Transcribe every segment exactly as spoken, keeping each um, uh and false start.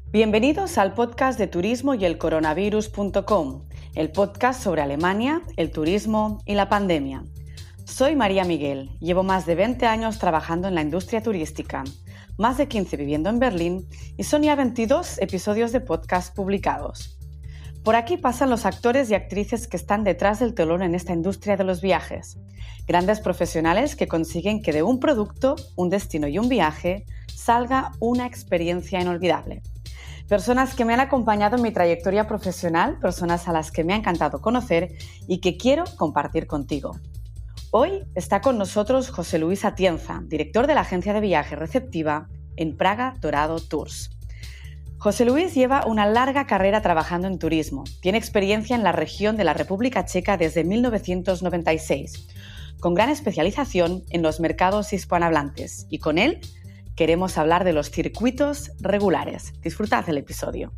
Bienvenidos al podcast de turismo y el coronavirus punto com, el podcast sobre Alemania, el turismo y la pandemia. Soy María Miguel, llevo más de veinte años trabajando en la industria turística, más de quince viviendo en Berlín y son ya veintidós episodios de podcast publicados. Por aquí pasan los actores y actrices que están detrás del telón en esta industria de los viajes. Grandes profesionales que consiguen que de un producto, un destino y un viaje salga una experiencia inolvidable. Personas que me han acompañado en mi trayectoria profesional, personas a las que me ha encantado conocer y que quiero compartir contigo. Hoy está con nosotros José Luis Atienza, director de la agencia de viaje Receptiva en Praga Dorado Tours. José Luis lleva una larga carrera trabajando en turismo. Tiene experiencia en la región de la República Checa desde mil novecientos noventa y seis, con gran especialización en los mercados hispanohablantes. Y con él queremos hablar de los circuitos regulares. Disfrutad el episodio.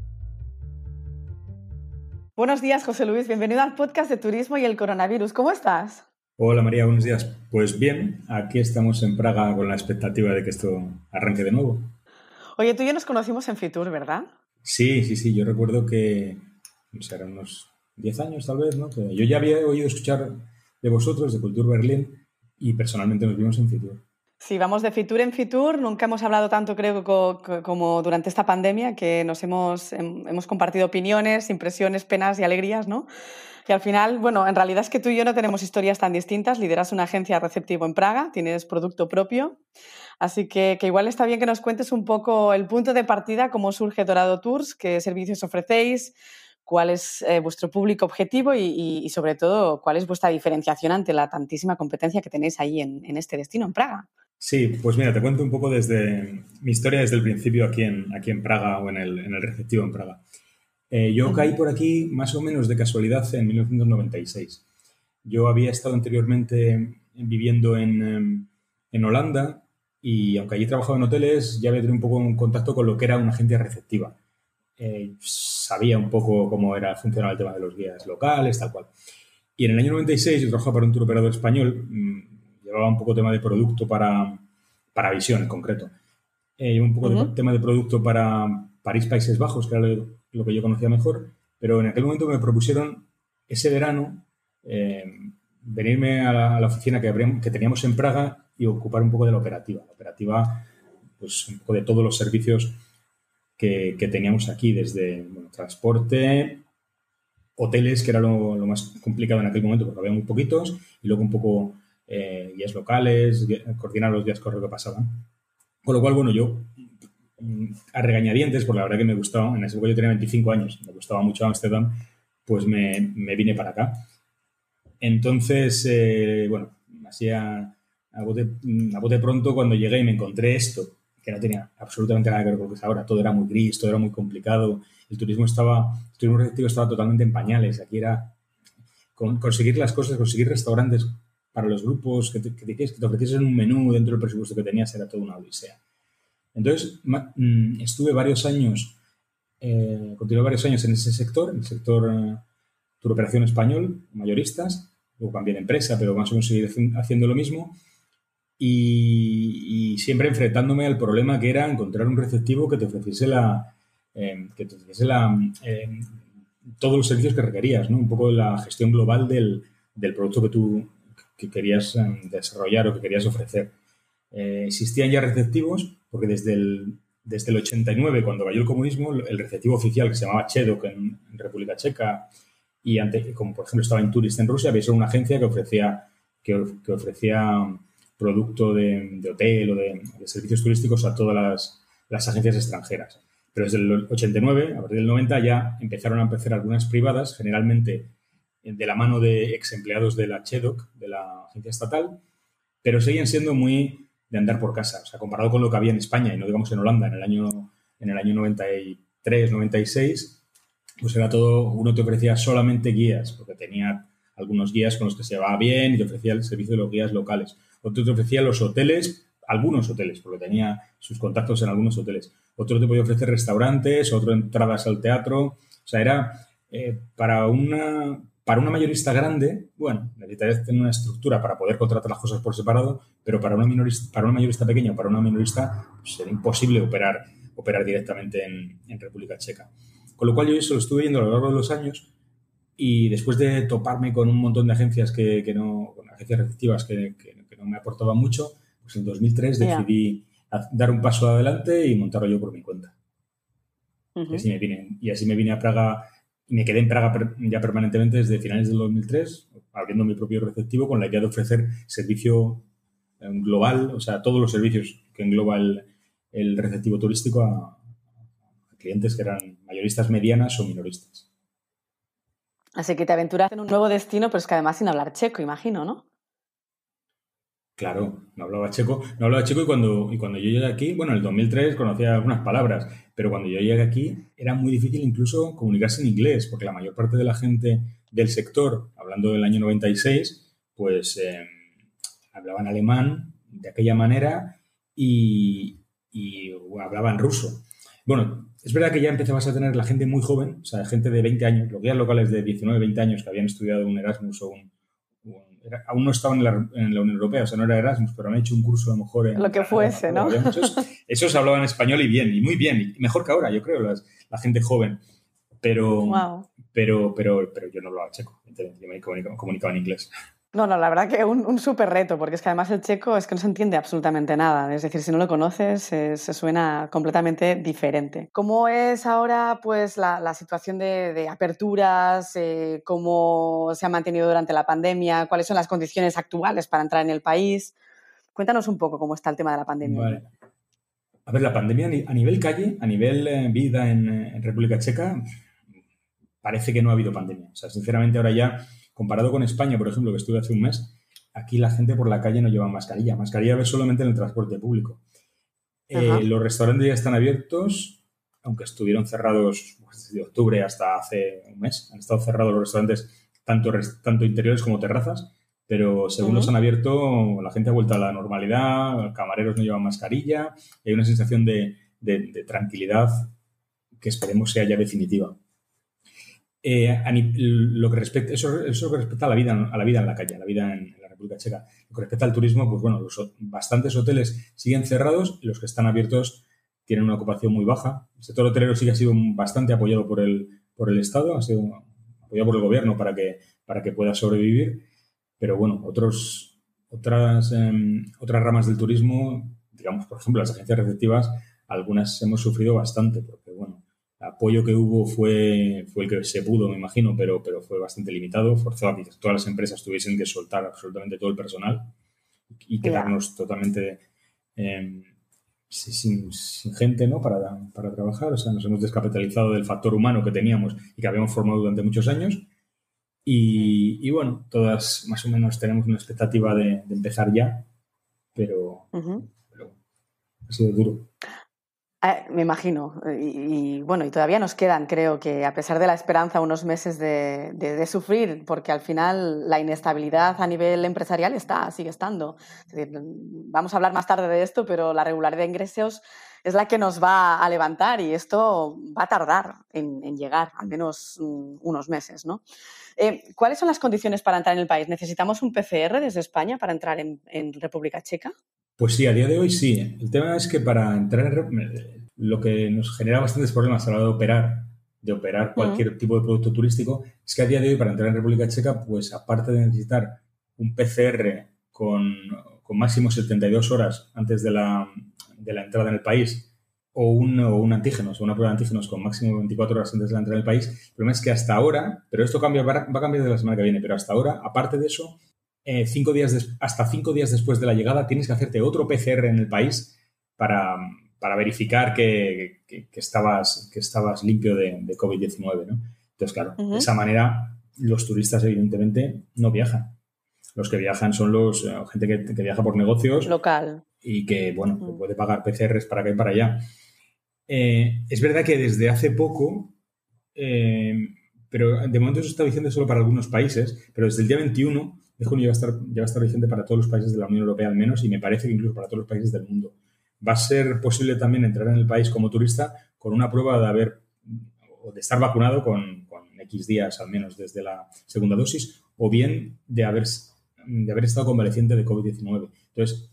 Buenos días, José Luis. Bienvenido al podcast de turismo y el coronavirus. ¿Cómo estás? Hola María, buenos días. Pues bien, aquí estamos en Praga con la expectativa de que esto arranque de nuevo. Oye, tú y yo nos conocimos en Fitur, ¿verdad? Sí, sí, sí. Yo recuerdo que, no sé, eran unos diez años tal vez, ¿no? Que yo ya había oído escuchar de vosotros, de Kultur Berlin, y personalmente nos vimos en Fitur. Sí, vamos de Fitur en Fitur. Nunca hemos hablado tanto, creo, co- co- como durante esta pandemia, que nos hemos, hem- hemos compartido opiniones, impresiones, penas y alegrías, ¿no? Y al final, bueno, en realidad es que tú y yo no tenemos historias tan distintas. Lideras una agencia Receptivo en Praga, tienes producto propio. Así que, que igual está bien que nos cuentes un poco el punto de partida, cómo surge Dorado Tours, qué servicios ofrecéis, cuál es eh, vuestro público objetivo y, y, y, sobre todo, cuál es vuestra diferenciación ante la tantísima competencia que tenéis ahí en, en este destino, en Praga. Sí, pues mira, te cuento un poco desde mi historia desde el principio aquí en, aquí en Praga o en el, en el Receptivo en Praga. Eh, yo Uh-huh. caí por aquí más o menos de casualidad en mil novecientos noventa y seis. Yo había estado anteriormente viviendo en, en Holanda y aunque allí trabajaba en hoteles, ya había tenido un poco un contacto con lo que era una agencia receptiva. Eh, sabía un poco cómo era funcionar el tema de los guías locales, tal cual. Y en el año noventa y seis yo trabajaba para un tour operador español, mmm, llevaba un poco tema de producto para, para Visión en concreto. Eh, un poco Uh-huh. de tema de producto para París, Países Bajos, que era lo, lo que yo conocía mejor, pero en aquel momento me propusieron ese verano eh, venirme a la, a la oficina que, habríamos, que teníamos en Praga y ocupar un poco de la operativa. La operativa, pues un poco de todos los servicios que, que teníamos aquí, desde bueno, transporte, hoteles, que era lo, lo, más complicado en aquel momento porque había muy poquitos, y luego un poco eh, guías locales, guía, coordinar los días correos que pasaban. Con lo cual, bueno, yo a regañadientes, porque la verdad que me gustaba, en ese momento yo tenía veinticinco años, me gustaba mucho Ámsterdam, pues me, me vine para acá. Entonces, eh, bueno, así a, a, bote, a bote pronto, cuando llegué y me encontré esto, que no tenía absolutamente nada que ver con lo que es ahora, todo era muy gris, todo era muy complicado, el turismo estaba, el turismo receptivo estaba totalmente en pañales, aquí era con, conseguir las cosas, conseguir restaurantes para los grupos, que te, que te, que te ofreciesen un menú dentro del presupuesto que tenías, era toda una odisea. Entonces, estuve varios años, eh, continué varios años en ese sector, en el sector eh, tour operación español, mayoristas, luego cambié de empresa, pero más o menos seguí haciendo lo mismo, y, y siempre enfrentándome al problema que era encontrar un receptivo que te ofreciese la, eh, que te ofreciese la, eh, todos los servicios que requerías, ¿no? Un poco la gestión global del, del producto que tú que querías eh, desarrollar o que querías ofrecer. Eh, existían ya receptivos, porque desde el, desde el ochenta y nueve, cuando cayó el comunismo, el receptivo oficial que se llamaba Chedok en, en República Checa y ante, como por ejemplo estaba en Turist en Rusia, había sido una agencia que ofrecía, que, que ofrecía producto de, de hotel o de, de servicios turísticos a todas las, las agencias extranjeras. Pero desde el ochenta y nueve, a partir del noventa, ya empezaron a empezar algunas privadas, generalmente de la mano de ex empleados de la Chedok, de la agencia estatal, pero seguían siendo muy de andar por casa. O sea, comparado con lo que había en España y no digamos en Holanda en el año, en el año noventa y tres, noventa y seis, pues era todo, uno te ofrecía solamente guías, porque tenía algunos guías con los que se llevaba bien y te ofrecía el servicio de los guías locales. Otro te ofrecía los hoteles, algunos hoteles, porque tenía sus contactos en algunos hoteles. Otro te podía ofrecer restaurantes, otro entradas al teatro. O sea, era eh, para una... Para una mayorista grande, bueno, necesitarías tener una estructura para poder contratar las cosas por separado, pero para una, minorista, para una mayorista pequeña o para una minorista pues, sería imposible operar, operar directamente en, en República Checa. Con lo cual yo eso lo estuve viendo a lo largo de los años y después de toparme con un montón de agencias que, que no, con agencias receptivas que, que, que no me aportaban mucho, pues en dos mil tres decidí yeah. dar un paso adelante y montarlo yo por mi cuenta. Uh-huh. Y, así me vine, y así me vine a Praga y me quedé en Praga ya permanentemente desde finales del dos mil tres, abriendo mi propio receptivo con la idea de ofrecer servicio global, o sea, todos los servicios que engloba el, el receptivo turístico a, a clientes que eran mayoristas medianas o minoristas. Así que te aventuras en un nuevo destino, pero es que además sin hablar checo, imagino, ¿no? Claro, no hablaba checo. No hablaba checo y cuando, y cuando yo llegué aquí, bueno, en el dos mil tres conocía algunas palabras, pero cuando yo llegué aquí era muy difícil incluso comunicarse en inglés, porque la mayor parte de la gente del sector, hablando del año noventa y seis, pues eh, hablaban alemán de aquella manera y, y bueno, hablaban ruso. Bueno, es verdad que ya empezabas a tener la gente muy joven, o sea, gente de veinte años, los guías locales de diecinueve, veinte años que habían estudiado un Erasmus o un... un era, aún no estaban en la, en la Unión Europea, o sea, no era Erasmus, pero han hecho un curso a lo mejor en... Lo que fuese, ¿no? Muchos, esos hablaban español y bien, y muy bien, y mejor que ahora, yo creo, las, la gente joven. Pero, wow. pero, pero, pero yo no hablaba checo, yo me comunicaba, comunicaba en inglés. No, no, la verdad que un, un súper reto, porque es que además el checo es que no se entiende absolutamente nada. Es decir, si no lo conoces, se, se suena completamente diferente. ¿Cómo es ahora pues la, la situación de, de aperturas? Eh, ¿Cómo se ha mantenido durante la pandemia? ¿Cuáles son las condiciones actuales para entrar en el país? Cuéntanos un poco cómo está el tema de la pandemia. Vale. A ver, la pandemia a nivel calle, a nivel eh, vida en, en República Checa, parece que no ha habido pandemia. O sea, sinceramente ahora ya... Comparado con España, por ejemplo, que estuve hace un mes, aquí la gente por la calle no lleva mascarilla. Mascarilla ves solamente en el transporte público. Eh, los restaurantes ya están abiertos, aunque estuvieron cerrados pues, desde octubre hasta hace un mes. Han estado cerrados los restaurantes, tanto, tanto interiores como terrazas, pero según uh-huh. los han abierto, la gente ha vuelto a la normalidad, los camareros no llevan mascarilla, y hay una sensación de, de, de tranquilidad que esperemos sea ya definitiva. Eh, a, lo que respecta, eso, eso que respecta a la vida, a la vida en la calle, a la vida en, en la República Checa. Lo que respecta al turismo, pues bueno, los, bastantes hoteles siguen cerrados y los que están abiertos tienen una ocupación muy baja. El sector hotelero sí que ha sido bastante apoyado por el, por el Estado, ha sido apoyado por el gobierno para que, para que pueda sobrevivir, pero bueno, otros, otras, eh, otras ramas del turismo, digamos, por ejemplo, las agencias receptivas, algunas hemos sufrido bastante, porque bueno, el apoyo que hubo fue, fue el que se pudo, me imagino, pero, pero fue bastante limitado. Forzó a que todas las empresas tuviesen que soltar absolutamente todo el personal y quedarnos yeah. totalmente eh, sin, sin gente, ¿no? para, para trabajar. O sea, nos hemos descapitalizado del factor humano que teníamos y que habíamos formado durante muchos años. Y, y bueno, todas más o menos tenemos una expectativa de, de empezar ya, pero, uh-huh. pero ha sido duro. Eh, me imagino. Y, y bueno, y todavía nos quedan, creo que a pesar de la esperanza, unos meses de, de, de sufrir, porque al final la inestabilidad a nivel empresarial está, sigue estando. Es decir, vamos a hablar más tarde de esto, pero la regularidad de ingresos es la que nos va a levantar y esto va a tardar en, en llegar, al menos um, unos meses, ¿no? Eh, ¿Cuáles son las condiciones para entrar en el país? ¿Necesitamos un P C R desde España para entrar en, en República Checa? Pues sí, a día de hoy sí. El tema es que para entrar en lo que nos genera bastantes problemas a la hora de operar, de operar cualquier uh-huh. tipo de producto turístico, es que a día de hoy para entrar en República Checa, pues aparte de necesitar un P C R con, con máximo setenta y dos horas antes de la, de la entrada en el país o un, o un antígeno, o una prueba de antígenos con máximo veinticuatro horas antes de la entrada en el país, el problema es que hasta ahora, pero esto cambia, va a cambiar de la semana que viene, pero hasta ahora, aparte de eso, Eh, cinco días des- hasta cinco días después de la llegada tienes que hacerte otro P C R en el país para, para verificar que, que, que, estabas, que estabas limpio de, de covid diecinueve, ¿no? Entonces, claro, uh-huh. de esa manera los turistas evidentemente no viajan. Los que viajan son los eh, gente que, que viaja por negocios. Local. Y que, bueno, uh-huh. que puede pagar P C Rs para acá y para allá. Eh, es verdad que desde hace poco, eh, pero de momento eso está vigente solo para algunos países, pero desde el día veintiuno de junio ya va a estar, ya va a estar vigente para todos los países de la Unión Europea al menos y me parece que incluso para todos los países del mundo. Va a ser posible también entrar en el país como turista con una prueba de haber o de estar vacunado con, con X días al menos desde la segunda dosis o bien de haber, de haber estado convaleciente de covid diecinueve. Entonces,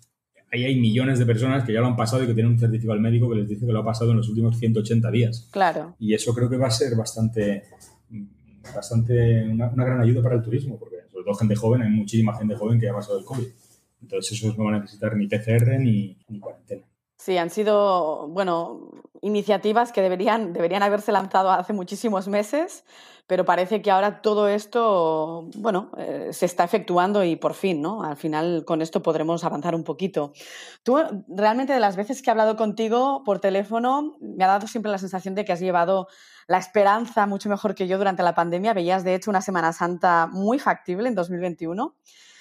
ahí hay millones de personas que ya lo han pasado y que tienen un certificado médico que les dice que lo ha pasado en los últimos ciento ochenta días. Claro. Y eso creo que va a ser bastante, bastante una, una gran ayuda para el turismo, porque sobre todo gente joven, hay muchísima gente joven que ya ha pasado el COVID. Entonces esos no van a necesitar ni P C R ni, ni cuarentena. Sí, han sido, bueno, iniciativas que deberían, deberían haberse lanzado hace muchísimos meses, pero parece que ahora todo esto, bueno, eh, se está efectuando y por fin, ¿no? Al final con esto podremos avanzar un poquito. Tú, realmente, de las veces que he hablado contigo por teléfono, me ha dado siempre la sensación de que has llevado la esperanza mucho mejor que yo durante la pandemia. Veías, de hecho, una Semana Santa muy factible en dos mil veintiuno.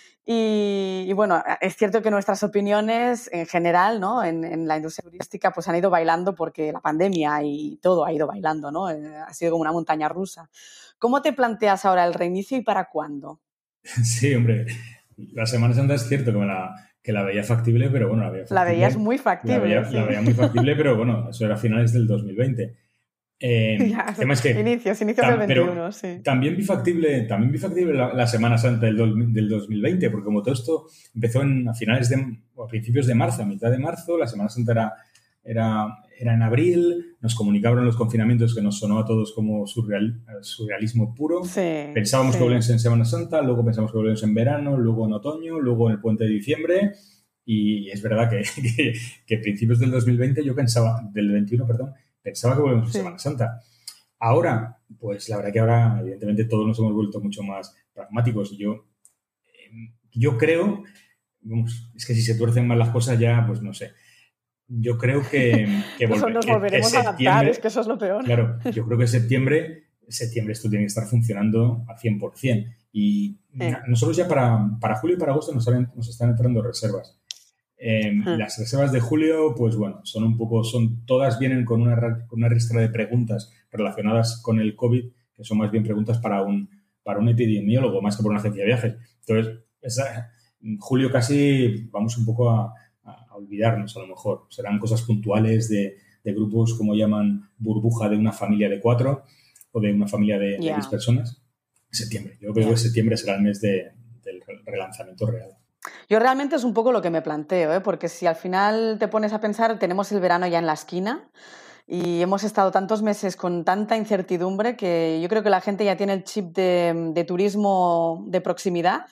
Y, y bueno, es cierto que nuestras opiniones en general, ¿no? en, en la industria turística pues han ido bailando porque la pandemia y todo ha ido bailando, ¿no? Eh, ha sido como una montaña rusa. ¿Cómo te planteas ahora el reinicio y para cuándo? Sí, hombre, la Semana Santa es cierto que, me la, que la veía factible, pero bueno, la veía factible. La veías muy factible, la veía, sí. La veía muy factible, pero bueno, eso era a finales del dos mil veinte. Eh, ya, el tema es que inicios, inicios tam, del veintiuno, sí. También vi factible, también vi factible la, la Semana Santa del, do, del dos mil veinte, porque como todo esto empezó en, a finales de, o a principios de marzo, a mitad de marzo, la Semana Santa era, era, era en abril, nos comunicaron los confinamientos que nos sonó a todos como surreal, surrealismo puro. Sí, pensábamos sí. que volvíamos en Semana Santa, luego pensamos que volvíamos en verano, luego en otoño, luego en el puente de diciembre. Y es verdad que, que, que a principios del dos mil veinte yo pensaba, del veintiuno, perdón, pensaba que volvemos en sí. Semana Santa. Ahora, pues la verdad que ahora, evidentemente, todos nos hemos vuelto mucho más pragmáticos. Yo, eh, yo creo, vamos, es que si se tuercen mal las cosas ya, pues no sé. Yo creo que, que, volve, nos volveremos que, que a adaptar, es que eso es lo peor. Claro, yo creo que septiembre, septiembre esto tiene que estar funcionando al cien por ciento. Y sí. nosotros ya para, para julio y para agosto nos, salen, nos están entrando reservas. Eh, uh-huh. Las reservas de julio, pues bueno, son un poco, son todas vienen con una, con una ristra de preguntas relacionadas con el COVID, que son más bien preguntas para un, para un epidemiólogo, más que por una agencia de viajes. Entonces, esa, en julio casi vamos un poco a, a olvidarnos, a lo mejor. Serán cosas puntuales de, de grupos, como llaman, burbuja de una familia de cuatro o de una familia de, yeah. de diez personas. Septiembre. Yo creo yeah. que septiembre será el mes de, del relanzamiento real. Yo realmente es un poco lo que me planteo, ¿eh? Porque si al final te pones a pensar, tenemos el verano ya en la esquina y hemos estado tantos meses con tanta incertidumbre que yo creo que la gente ya tiene el chip de, de turismo de proximidad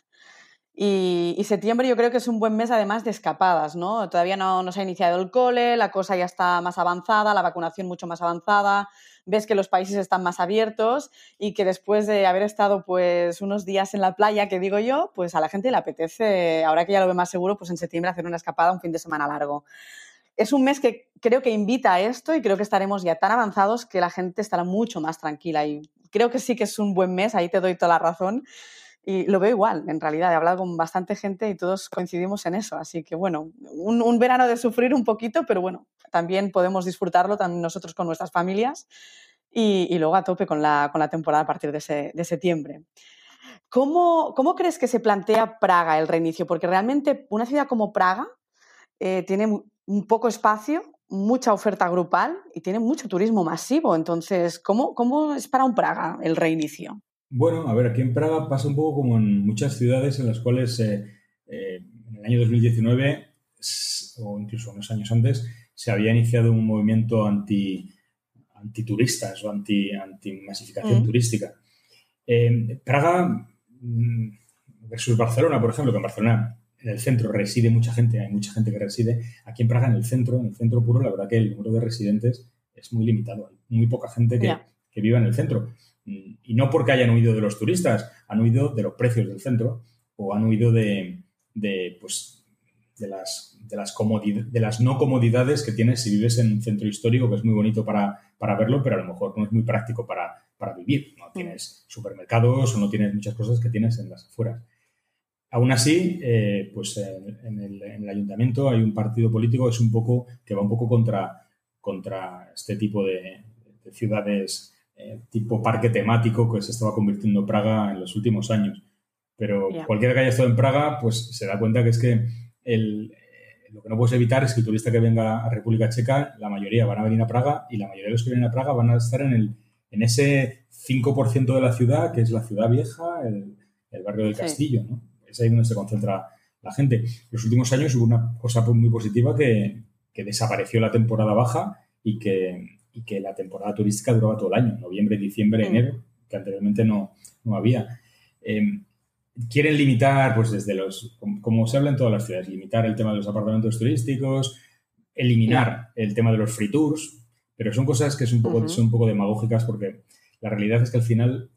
y, y septiembre yo creo que es un buen mes además de escapadas, ¿no? Todavía no, no se ha iniciado el cole, la cosa ya está más avanzada, la vacunación mucho más avanzada, ves que los países están más abiertos y que después de haber estado pues unos días en la playa, que digo yo, pues a la gente le apetece, ahora que ya lo ve más seguro, pues en septiembre hacer una escapada, un fin de semana largo. Es un mes que creo que invita a esto y creo que estaremos ya tan avanzados que la gente estará mucho más tranquila y creo que sí que es un buen mes, ahí te doy toda la razón. Y lo veo igual, en realidad. He hablado con bastante gente y todos coincidimos en eso. Así que, bueno, un, un verano de sufrir un poquito, pero bueno, también podemos disfrutarlo también nosotros con nuestras familias y, y luego a tope con la, con la temporada a partir de, ese, de septiembre. ¿Cómo, ¿Cómo crees que se plantea Praga el reinicio? Porque realmente una ciudad como Praga eh, tiene un poco espacio, mucha oferta grupal y tiene mucho turismo masivo. Entonces, ¿cómo, cómo es para un Praga el reinicio? Bueno, a ver, aquí en Praga pasa un poco como en muchas ciudades en las cuales eh, eh, en el año dos mil diecinueve o incluso unos años antes se había iniciado un movimiento anti, antituristas o anti, anti-masificación mm. turística. Eh, Praga versus Barcelona, por ejemplo, que en Barcelona en el centro reside mucha gente, hay mucha gente que reside. Aquí en Praga, en el centro, en el centro puro, la verdad que el número de residentes es muy limitado. Hay muy poca gente que, yeah. que viva en el centro. Y no porque hayan huido de los turistas, han huido de los precios del centro o han huido de, de, pues, de, las, de, las comodid- de las no comodidades que tienes si vives en un centro histórico, que es muy bonito para, para verlo, pero a lo mejor no es muy práctico para, para vivir. No tienes supermercados o no tienes muchas cosas que tienes en las afueras. Aún así, eh, pues en, en, el, en el ayuntamiento hay un partido político que es un poco, que va un poco contra, contra este tipo de, de ciudades eh, tipo parque temático que se estaba convirtiendo Praga en los últimos años. Pero yeah. cualquiera que haya estado en Praga, pues se da cuenta que es que el, eh, lo que no puedes evitar es que el turista que venga a República Checa, la mayoría van a venir a Praga y la mayoría de los que vienen a Praga van a estar en, el, en ese cinco por ciento de la ciudad, que es la ciudad vieja, el, el barrio del Castillo, sí. ¿no? Es ahí donde se concentra la gente. En los últimos años hubo una cosa muy positiva que, que desapareció la temporada baja y que, y que la temporada turística duraba todo el año, noviembre, diciembre, mm. enero, que anteriormente no, no había. Eh, quieren limitar, pues desde los, como, como se habla en todas las ciudades, limitar el tema de los apartamentos turísticos, eliminar yeah. el tema de los free tours, pero son cosas que son un, poco, uh-huh. son un poco demagógicas porque la realidad es que al final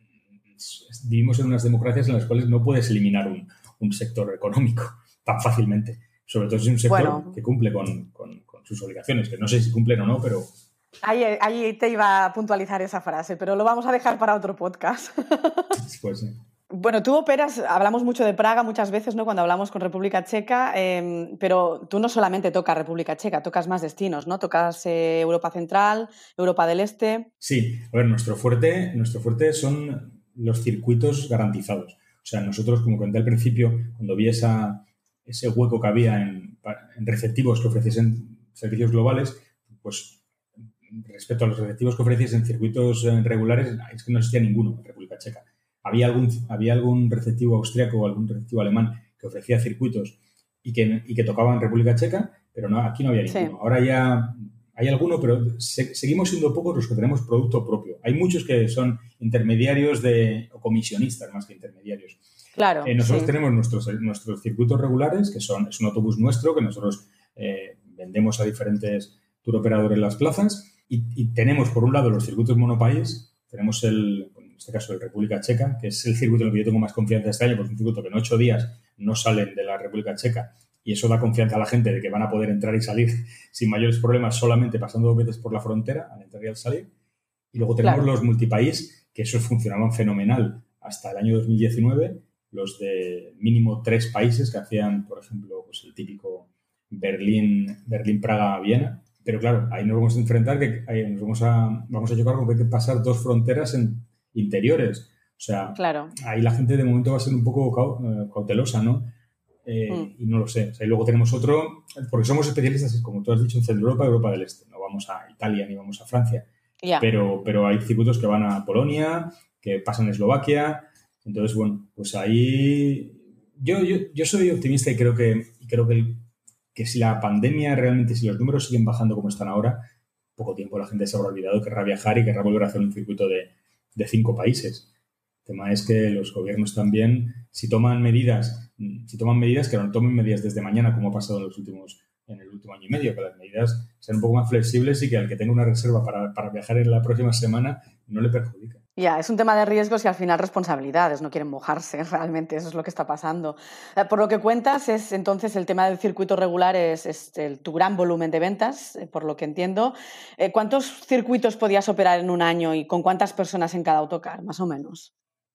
vivimos en unas democracias en las cuales no puedes eliminar un, un sector económico tan fácilmente, sobre todo si es un sector bueno. que cumple con, con, con sus obligaciones, que no sé si cumplen o no, pero... Ahí, ahí te iba a puntualizar esa frase, pero lo vamos a dejar para otro podcast. Pues sí. Bueno, tú operas, hablamos mucho de Praga muchas veces, ¿no? Cuando hablamos con República Checa, eh, pero tú no solamente tocas República Checa, tocas más destinos, ¿no? Tocas eh, Europa Central, Europa del Este. Sí, a ver, nuestro fuerte, nuestro fuerte son los circuitos garantizados. O sea, nosotros, como comenté al principio, cuando vi esa, ese hueco que había en, en receptivos que ofreciesen servicios globales, pues respecto a los receptivos que ofreciesen circuitos regulares, es que no existía ninguno en República Checa. Había algún, había algún receptivo austríaco o algún receptivo alemán que ofrecía circuitos y que, y que tocaba en República Checa, pero no, aquí no había ninguno. Sí. Ahora ya hay alguno, pero se, seguimos siendo pocos los que tenemos producto propio. Hay muchos que son intermediarios de, o comisionistas más que intermediarios. Claro. Eh, nosotros sí. tenemos nuestros, nuestros circuitos regulares, que son, es un autobús nuestro que nosotros eh, vendemos a diferentes tour operadores en las plazas y, y tenemos, por un lado, los circuitos monopaís, tenemos el... en este caso el República Checa, que es el circuito en el que yo tengo más confianza este año, porque es un circuito que en ocho días no salen de la República Checa y eso da confianza a la gente de que van a poder entrar y salir sin mayores problemas solamente pasando dos veces por la frontera al entrar y al salir. Y luego tenemos claro. los multipaís, que esos funcionaban fenomenal hasta el año dos mil diecinueve, los de mínimo tres países que hacían, por ejemplo, pues el típico Berlín, Berlín, Praga, Viena. Pero claro, ahí nos vamos a enfrentar que ahí nos vamos a, vamos a chocar con que hay que pasar dos fronteras en interiores. O sea, claro. ahí la gente de momento va a ser un poco cautelosa, ¿no? Eh, mm. Y no lo sé. O sea, y luego tenemos otro, porque somos especialistas, como tú has dicho, en Centro Europa y Europa del Este. No vamos a Italia ni vamos a Francia. Yeah. Pero, pero hay circuitos que van a Polonia, que pasan a Eslovaquia. Entonces, bueno, pues ahí yo, yo, yo soy optimista y creo que, y creo que, el, que si la pandemia realmente, si los números siguen bajando como están ahora, poco tiempo la gente se habrá olvidado, querrá viajar y querrá volver a hacer un circuito de de cinco países. El tema es que los gobiernos también, si toman medidas, si toman medidas, que no tomen medidas desde mañana, como ha pasado en los últimos, en el último año y medio, que las medidas sean un poco más flexibles y que al que tenga una reserva para, para viajar en la próxima semana no le perjudique. Ya, yeah, es un tema de riesgos y al final responsabilidades, no quieren mojarse realmente, eso es lo que está pasando. Por lo que cuentas, es entonces el tema del circuito regular es, es el, tu gran volumen de ventas, por lo que entiendo. ¿Cuántos circuitos podías operar en un año y con cuántas personas en cada autocar, más o menos?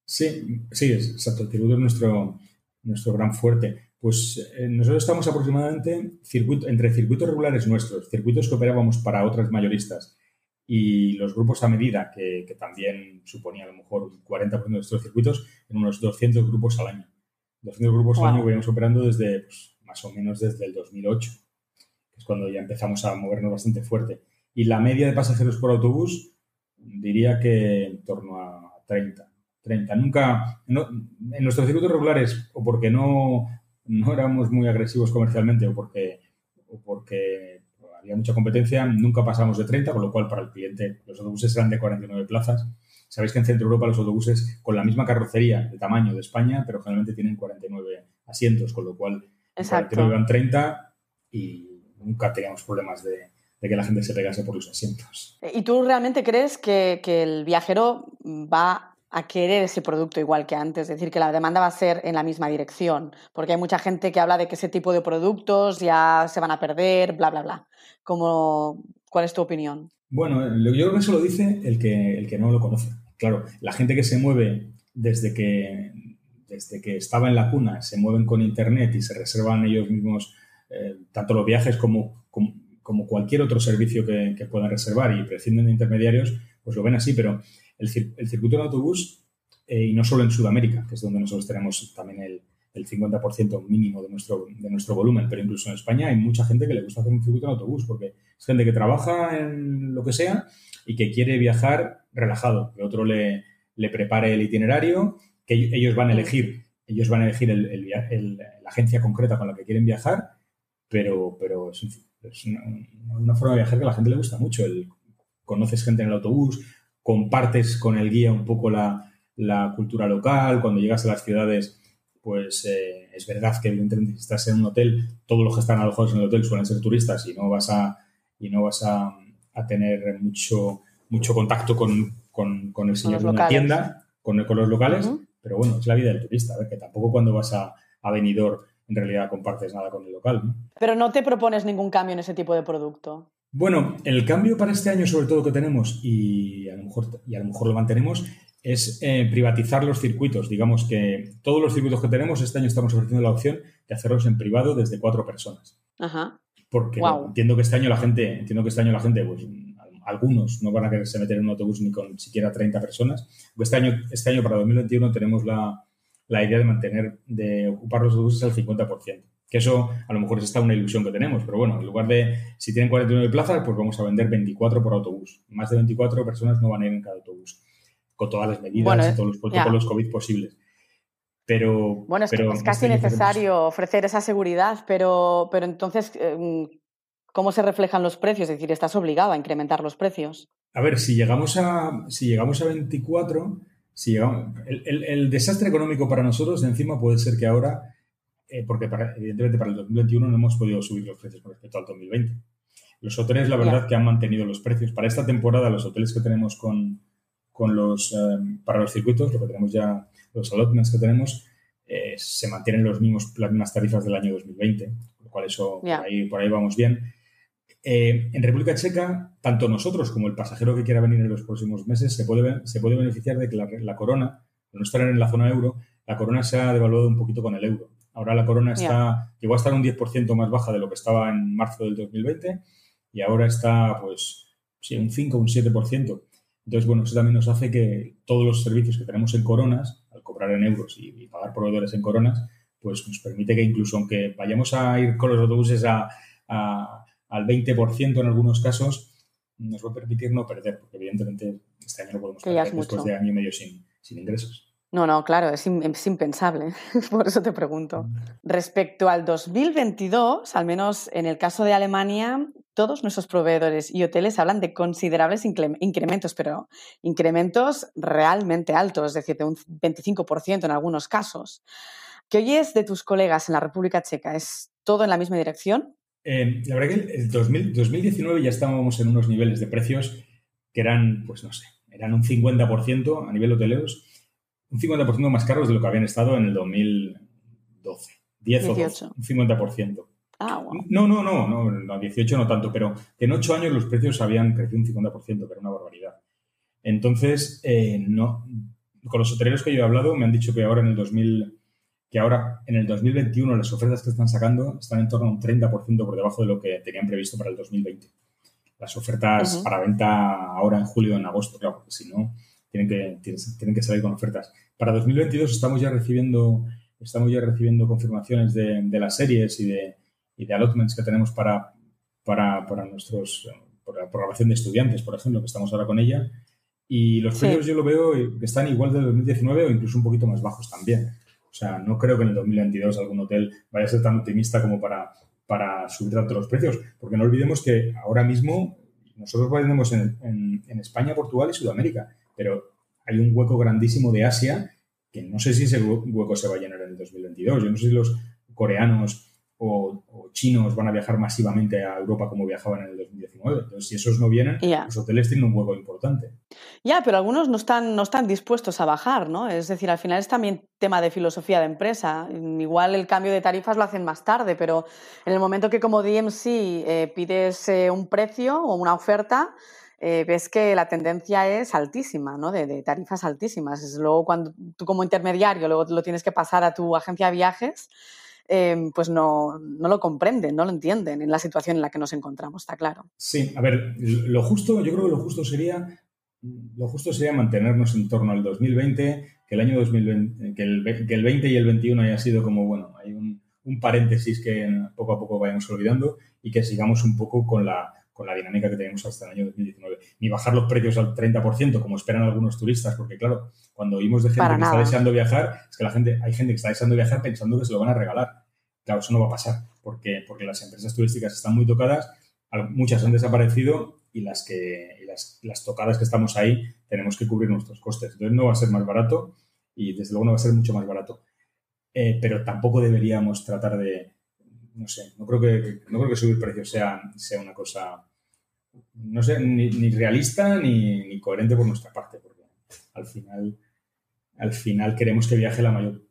Sí, sí, es, exacto, el circuito es nuestro, nuestro gran fuerte. Pues eh, nosotros estamos aproximadamente circuito, entre circuitos regulares nuestros, circuitos que operábamos para otras mayoristas, y los grupos a medida, que, que también suponía a lo mejor un cuarenta por ciento de nuestros circuitos, en unos doscientos grupos al año. doscientos grupos wow. al año que veníamos operando desde, pues, más o menos desde el dos mil ocho, que es cuando ya empezamos a movernos bastante fuerte. Y la media de pasajeros por autobús, diría que en torno a treinta. treinta. Nunca, no, en nuestros circuitos regulares, o porque no, no éramos muy agresivos comercialmente, o porque, o porque había mucha competencia, nunca pasamos de treinta, con lo cual para el cliente los autobuses eran de cuarenta y nueve plazas. Sabéis que en Centro Europa los autobuses con la misma carrocería de tamaño de España, pero generalmente tienen cuarenta y nueve asientos, con lo cual cuarenta y nueve eran treinta y nunca teníamos problemas de, de que la gente se pegase por los asientos. ¿Y tú realmente crees que, que el viajero va a querer ese producto igual que antes? Es decir, que la demanda va a ser en la misma dirección, porque hay mucha gente que habla de que ese tipo de productos ya se van a perder, bla, bla, bla. ¿Cómo, ¿Cuál es tu opinión? Bueno, yo creo que eso lo dice el que, el que no lo conoce. Claro, la gente que se mueve desde que, desde que estaba en la cuna, se mueven con internet y se reservan ellos mismos eh, tanto los viajes como, como, como cualquier otro servicio que, que puedan reservar y prescinden de intermediarios, pues lo ven así, pero el, el circuito de autobús, eh, y no solo en Sudamérica, que es donde nosotros tenemos también el, el cincuenta por ciento mínimo de nuestro, de nuestro volumen, pero incluso en España hay mucha gente que le gusta hacer un circuito de autobús porque es gente que trabaja en lo que sea y que quiere viajar relajado, que otro le, le prepare el itinerario, que ellos van a elegir, ellos van a elegir el, el, el, la agencia concreta con la que quieren viajar, pero, pero es, es una, una forma de viajar que a la gente le gusta mucho. El, conoces gente en el autobús, compartes con el guía un poco la, la cultura local. Cuando llegas a las ciudades, pues eh, es verdad que evidentemente si estás en un hotel, todos los que están alojados en el hotel suelen ser turistas y no vas a, y no vas a, a tener mucho, mucho contacto con, con, con el señor de una tienda, con, con los locales, uh-huh. Pero bueno, es la vida del turista. A ver, que tampoco cuando vas a, a Benidorm en realidad compartes nada con el local, ¿no? Pero no te propones ningún cambio en ese tipo de producto. Bueno, el cambio para este año, sobre todo que tenemos, y a lo mejor, y a lo, mejor lo mantenemos, es eh, privatizar los circuitos. Digamos que todos los circuitos que tenemos, este año estamos ofreciendo la opción de hacerlos en privado desde cuatro personas. Ajá. Porque wow. bueno, entiendo que este año la gente, entiendo que este año la gente, pues algunos no van a quererse meter en un autobús ni con siquiera treinta personas. Este año, este año para dos mil veintiuno tenemos la, la idea de mantener, de ocupar los autobuses al cincuenta por ciento. Que eso a lo mejor es esta una ilusión que tenemos, pero bueno, en lugar de, si tienen cuarenta y nueve plazas, pues vamos a vender veinticuatro por autobús. Más de veinticuatro personas no van a ir en cada autobús, con todas las medidas bueno, y todos los protocolos ya. COVID posibles. Pero, bueno, es, pero que es casi este necesario tenemos... ofrecer esa seguridad, pero, pero entonces, ¿cómo se reflejan los precios? Es decir, ¿estás obligado a incrementar los precios? A ver, si llegamos a, si llegamos a veinticuatro, si llegamos, el, el, el desastre económico para nosotros, encima, puede ser que ahora... Eh, porque para, evidentemente para el dos mil veintiuno no hemos podido subir los precios con respecto al dos mil veinte. Los hoteles, la verdad, yeah. que han mantenido los precios. Para esta temporada, los hoteles que tenemos con, con los, eh, para los circuitos, lo que tenemos ya, los allotments que tenemos, eh, se mantienen los mismos, las mismas tarifas del año dos mil veinte, con lo cual eso, yeah. por, ahí, por ahí vamos bien. Eh, en República Checa, tanto nosotros como el pasajero que quiera venir en los próximos meses se puede, se puede beneficiar de que la, la corona, al no estar en la zona euro, la corona se ha devaluado un poquito con el euro. Ahora la corona está, yeah. llegó a estar un diez por ciento más baja de lo que estaba en marzo del dos mil veinte y ahora está, pues, sí, un cinco o un siete por ciento. Entonces, bueno, eso también nos hace que todos los servicios que tenemos en coronas, al cobrar en euros y, y pagar proveedores en coronas, pues nos permite que incluso aunque vayamos a ir con los autobuses a, a, al veinte por ciento en algunos casos, nos va a permitir no perder, porque evidentemente este año no podemos perder después mucho. de año y medio sin, sin ingresos. No, no, claro, es, in, es impensable, por eso te pregunto. Respecto al dos mil veintidós, al menos en el caso de Alemania, todos nuestros proveedores y hoteles hablan de considerables incrementos, pero incrementos realmente altos, es decir, de un veinticinco por ciento en algunos casos. ¿Qué oyes de tus colegas en la República Checa? ¿Es todo en la misma dirección? Eh, la verdad que el dos mil, dos mil diecinueve ya estábamos en unos niveles de precios que eran, pues no sé, eran un cincuenta por ciento a nivel hoteleros, un cincuenta por ciento más caros de lo que habían estado en el dos mil doce. diez o doce, un cincuenta por ciento. Ah, wow. No, no, no, no, no, dieciocho no tanto, pero en ocho años los precios habían crecido un cincuenta por ciento, que era una barbaridad. Entonces, eh, no, con los hoteleros que yo he hablado me han dicho que ahora en el dos mil, que ahora en el dos mil veintiuno las ofertas que están sacando están en torno a un treinta por ciento por debajo de lo que tenían previsto para el dos mil veinte. Las ofertas uh-huh. para venta ahora en julio o en agosto, claro, porque si no... Tienen que, tienen que salir con ofertas. Para dos mil veintidós estamos ya recibiendo, estamos ya recibiendo confirmaciones de, de las series y de, y de allotments que tenemos para, para, para nuestros, para la programación de estudiantes, por ejemplo, que estamos ahora con ella. Y los sí. precios yo lo veo que están igual del dos mil diecinueve o incluso un poquito más bajos también. O sea, no creo que en el dos mil veintidós algún hotel vaya a ser tan optimista como para, para subir tanto los precios. Porque no olvidemos que ahora mismo nosotros vendemos en, en, en España, Portugal y Sudamérica. Pero hay un hueco grandísimo de Asia que no sé si ese hueco se va a llenar en el dos mil veintidós. Yo no sé si los coreanos o, o chinos van a viajar masivamente a Europa como viajaban en el dos mil diecinueve. Entonces, si esos no vienen, yeah. los hoteles tienen un hueco importante. Ya, yeah, pero algunos no están, no están dispuestos a bajar, ¿no? Es decir, al final es también tema de filosofía de empresa. Igual el cambio de tarifas lo hacen más tarde, pero en el momento que como D M C eh, pides eh, un precio o una oferta... Eh, ves que la tendencia es altísima, ¿no? De, de tarifas altísimas. Es luego cuando tú como intermediario luego lo tienes que pasar a tu agencia de viajes, eh, pues no, no lo comprenden, no lo entienden en la situación en la que nos encontramos, está claro. Sí, a ver, lo justo, yo creo que lo justo sería, lo justo sería mantenernos en torno al dos mil veinte, que el año dos mil veinte, que el, que el veinte y el veintiuno haya sido como, bueno, hay un, un paréntesis que poco a poco vayamos olvidando y que sigamos un poco con la con la dinámica que tenemos hasta el año dos mil diecinueve. Ni bajar los precios al treinta por ciento, como esperan algunos turistas, porque claro, cuando oímos de gente Para que nada. está deseando viajar, es que la gente, hay gente que está deseando viajar pensando que se lo van a regalar. claro, eso no va a pasar porque, porque las empresas turísticas están muy tocadas, muchas han desaparecido y las, que, y las, las tocadas que estamos ahí tenemos que cubrir nuestros costes. Entonces no va a ser más barato y desde luego no va a ser mucho más barato. Eh, pero tampoco deberíamos tratar de, no sé, no creo que, no creo que subir precios sea, sea una cosa, no sé, ni, ni realista ni, ni coherente por nuestra parte, porque al final, al final queremos que viaje la mayor,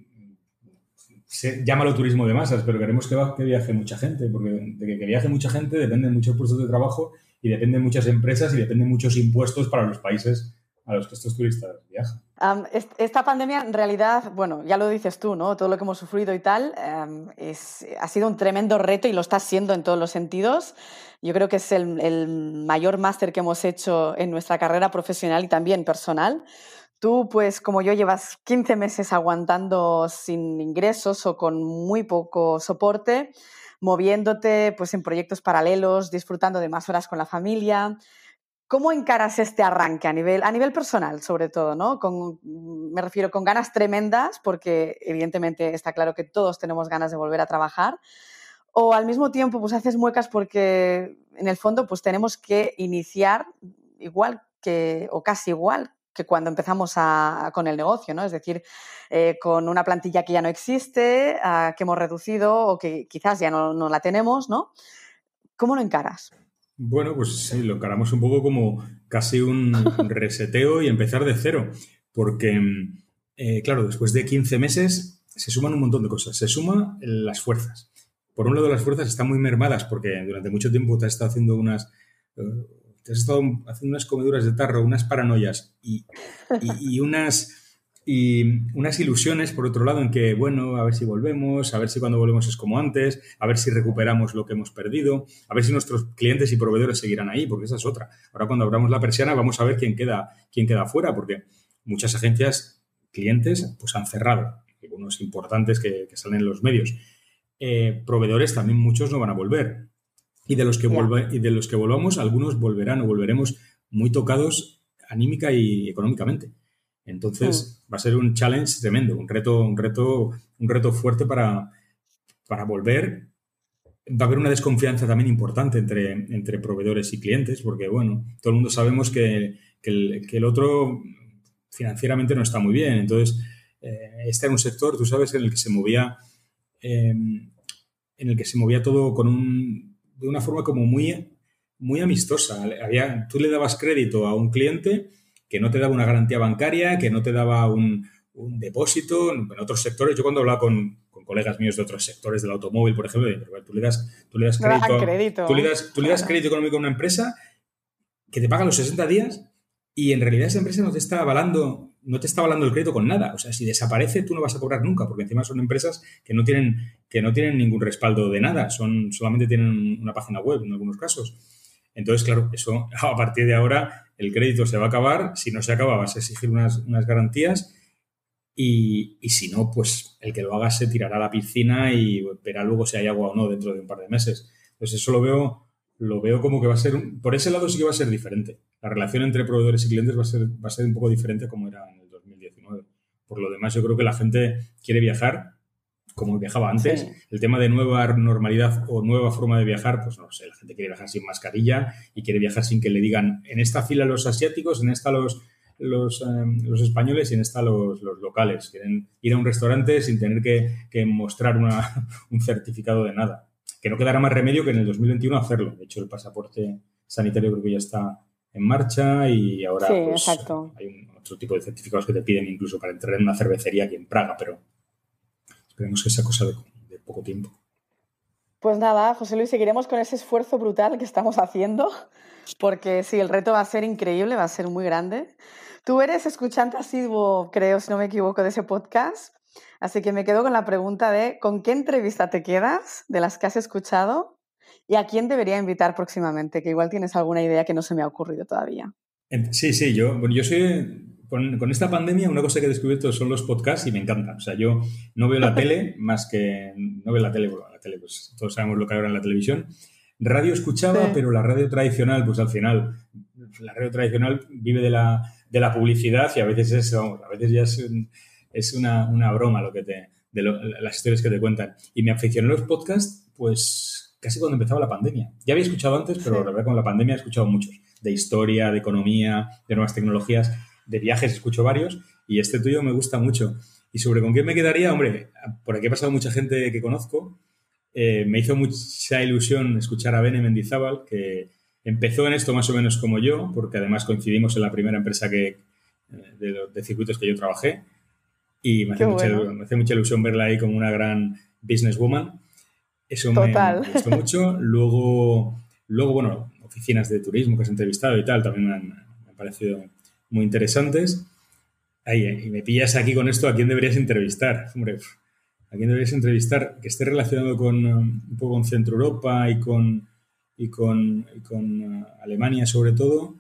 se, llámalo turismo de masas, pero queremos que, que viaje mucha gente, porque de que, que viaje mucha gente dependen muchos puestos de trabajo y dependen muchas empresas y dependen muchos impuestos para los países a los que estos turistas viajan. Um, esta pandemia, en realidad, bueno, ya lo dices tú, ¿no? Todo lo que hemos sufrido y tal, um, es, ha sido un tremendo reto y lo está siendo en todos los sentidos. Yo creo que es el, el mayor máster que hemos hecho en nuestra carrera profesional y también personal. Tú, pues, como yo, llevas quince meses aguantando sin ingresos o con muy poco soporte, moviéndote, pues, en proyectos paralelos, disfrutando de más horas con la familia. ¿Cómo encaras este arranque a nivel, a nivel personal, sobre todo, ¿no? Con, me refiero con ganas tremendas, porque evidentemente está claro que todos tenemos ganas de volver a trabajar, o al mismo tiempo pues haces muecas porque en el fondo pues tenemos que iniciar igual que, o casi igual que cuando empezamos a, a, con el negocio, ¿no? Es decir, eh, con una plantilla que ya no existe, uh, que hemos reducido o que quizás ya no, no la tenemos, ¿no? ¿Cómo lo encaras? Bueno, pues sí, lo encaramos un poco como casi un reseteo y empezar de cero, porque, eh, claro, después de quince meses se suman un montón de cosas. Se suman las fuerzas. Por un lado, las fuerzas están muy mermadas porque durante mucho tiempo te has estado haciendo unas, uh, te has estado haciendo unas comeduras de tarro, unas paranoias y, y, y unas... Y unas ilusiones, por otro lado, en que, bueno, a ver si volvemos, a ver si cuando volvemos es como antes, a ver si recuperamos lo que hemos perdido, a ver si nuestros clientes y proveedores seguirán ahí, porque esa es otra. Ahora, cuando abramos la persiana, vamos a ver quién queda, quién queda fuera, porque muchas agencias, clientes, pues han cerrado, algunos importantes que, que salen en los medios. Eh, proveedores también muchos no van a volver. Y de los que, yeah. vuelva, y de los que volvamos, algunos volverán o volveremos muy tocados anímica y económicamente. Entonces mm. va a ser un challenge tremendo, un reto, un reto, un reto fuerte para, para volver. Va a haber una desconfianza también importante entre, entre proveedores y clientes, porque bueno, todo el mundo sabemos que, que, el, que el otro financieramente no está muy bien. Entonces, eh, este era un sector, tú sabes, en el que se movía, eh, en el que se movía todo con un, de una forma como muy, muy amistosa. Había, tú le dabas crédito a un cliente que no te daba una garantía bancaria, que no te daba un, un depósito. En otros sectores, yo cuando hablaba con, con colegas míos de otros sectores del automóvil, por ejemplo, pero tú le das, tú le das crédito, crédito. Tú le das, tú le das crédito económico a una empresa que te paga los sesenta días y en realidad esa empresa no te está avalando, no te está avalando el crédito con nada. O sea, si desaparece, tú no vas a cobrar nunca, porque encima son empresas que no tienen, que no tienen ningún respaldo de nada, son, solamente tienen una página web en algunos casos. Entonces, claro, eso a partir de ahora el crédito se va a acabar. Si no se acaba, vas a exigir unas, unas garantías y, y si no, pues el que lo haga se tirará a la piscina y verá luego si hay agua o no dentro de un par de meses. Entonces, eso lo veo, lo veo como que va a ser... Por ese lado sí que va a ser diferente. La relación entre proveedores y clientes va a ser, va a ser un poco diferente como era en el dos mil diecinueve. Por lo demás, yo creo que la gente quiere viajar como viajaba antes. Sí. El tema de nueva normalidad o nueva forma de viajar, pues no sé, la gente quiere viajar sin mascarilla y quiere viajar sin que le digan en esta fila los asiáticos, en esta los, los, eh, los españoles y en esta los, los locales. Quieren ir a un restaurante sin tener que, que mostrar una, un certificado de nada. Que no quedará más remedio que en el dos mil veintiuno hacerlo. De hecho, el pasaporte sanitario creo que ya está en marcha y ahora sí, pues, hay un, otro tipo de certificados que te piden incluso para entrar en una cervecería aquí en Praga, pero esperemos que sea cosa de, de poco tiempo. Pues nada, José Luis, seguiremos con ese esfuerzo brutal que estamos haciendo, porque sí, el reto va a ser increíble, va a ser muy grande. Tú eres escuchante asiduo, creo, si no me equivoco, de ese podcast, así que me quedo con la pregunta de ¿con qué entrevista te quedas de las que has escuchado y a quién debería invitar próximamente? Que igual tienes alguna idea que no se me ha ocurrido todavía. Sí, sí, yo, bueno, yo soy... Con, con esta pandemia una cosa que he descubierto son los podcasts y me encantan. O sea, yo no veo la tele más que... No veo la tele, bueno, la tele pues todos sabemos lo que hay ahora en la televisión. Radio escuchaba, sí. Pero la radio tradicional, pues al final, la radio tradicional vive de la, de la publicidad y a veces es, vamos, a veces ya es, un, es una, una broma lo que te de lo, las historias que te cuentan. Y me aficioné a los podcasts, pues, casi cuando empezaba la pandemia. Ya había escuchado antes, pero sí. La verdad con la pandemia he escuchado muchos. De historia, de economía, de nuevas tecnologías, de viajes, escucho varios. Y este tuyo me gusta mucho. Y sobre con quién me quedaría, hombre, por aquí ha pasado mucha gente que conozco. Eh, me hizo mucha ilusión escuchar a Bene Mendizábal, que empezó en esto más o menos como yo, porque además coincidimos en la primera empresa que, de, de circuitos que yo trabajé. Y me hace, mucha, bueno. me hace mucha ilusión verla ahí como una gran businesswoman. Eso me, me gustó mucho. Luego, luego, bueno, oficinas de turismo que has entrevistado y tal, también me han, me han parecido muy interesantes. Ahí, y me pillas aquí con esto, ¿a quién deberías entrevistar? Hombre, ¿a quién deberías entrevistar que esté relacionado con un poco con Centro Europa y con, y con, y con uh, Alemania sobre todo?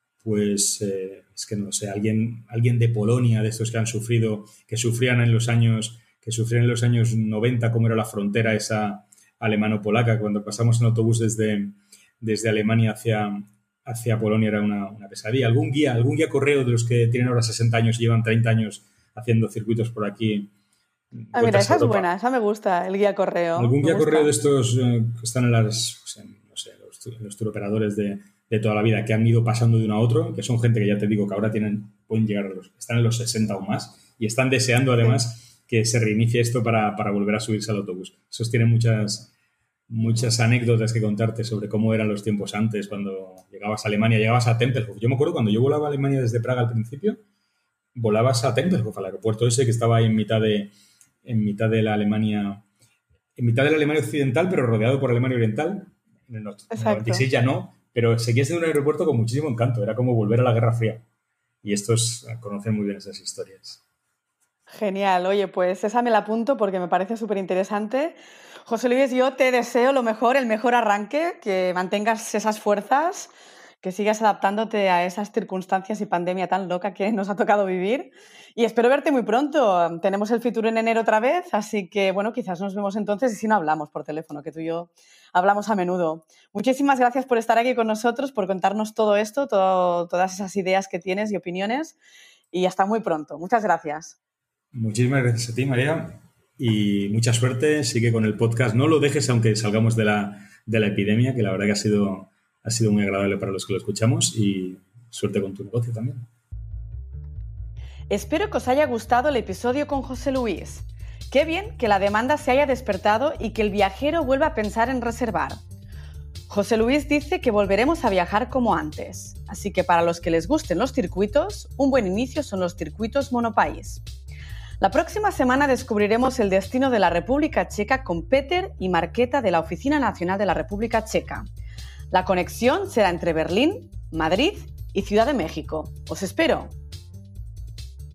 Pues eh, es que no sé, alguien, alguien de Polonia, de estos que han sufrido, que sufrían en los años, que sufrían en los años noventa, cómo era la frontera esa alemano-polaca, cuando pasamos en autobús desde, desde Alemania hacia, hacia Polonia era una, una pesadilla. Algún guía, algún guía correo de los que tienen ahora sesenta años y llevan treinta años haciendo circuitos por aquí. Ah, mira, esa es buena, esa me gusta, el guía correo. Algún guía me correo de estos eh, que están en las, pues en, no sé, los, los turoperadores de, de toda la vida, que han ido pasando de uno a otro, que son gente que ya te digo que ahora tienen, pueden llegar a los, están en los sesenta o más y están deseando además sí. que se reinicie esto para, para volver a subirse al autobús. Esos tienen muchas, muchas anécdotas que contarte sobre cómo eran los tiempos antes, cuando llegabas a Alemania, llegabas a Tempelhof. Yo me acuerdo cuando yo volaba a Alemania desde Praga al principio, volabas a Tempelhof, al aeropuerto ese que estaba ahí en mitad de, en mitad de la Alemania, en mitad de la Alemania occidental, pero rodeado por Alemania oriental. En el noventa y seis ya no, pero seguía siendo un aeropuerto con muchísimo encanto. Era como volver a la Guerra Fría. Y estos conocen muy bien esas historias. Genial. Oye, pues esa me la apunto porque me parece súper interesante. José Luis, yo te deseo lo mejor, el mejor arranque, que mantengas esas fuerzas, que sigas adaptándote a esas circunstancias y pandemia tan loca que nos ha tocado vivir. Y espero verte muy pronto. Tenemos el Fitur en enero otra vez, así que, bueno, quizás nos vemos entonces y si no hablamos por teléfono, que tú y yo hablamos a menudo. Muchísimas gracias por estar aquí con nosotros, por contarnos todo esto, todo, todas esas ideas que tienes y opiniones. Y hasta muy pronto. Muchas gracias. Muchísimas gracias a ti, María. Y mucha suerte. Sigue con el podcast. No lo dejes aunque salgamos de la, de la epidemia, que la verdad que ha sido, ha sido muy agradable para los que lo escuchamos. Y suerte con tu negocio también. Espero que os haya gustado el episodio con José Luis. Qué bien que la demanda se haya despertado y que el viajero vuelva a pensar en reservar. José Luis dice que volveremos a viajar como antes. Así que para los que les gusten los circuitos, un buen inicio son los circuitos monopaís. La próxima semana descubriremos el destino de la República Checa con Peter y Marqueta de la Oficina Nacional de la República Checa. La conexión será entre Berlín, Madrid y Ciudad de México. ¡Os espero!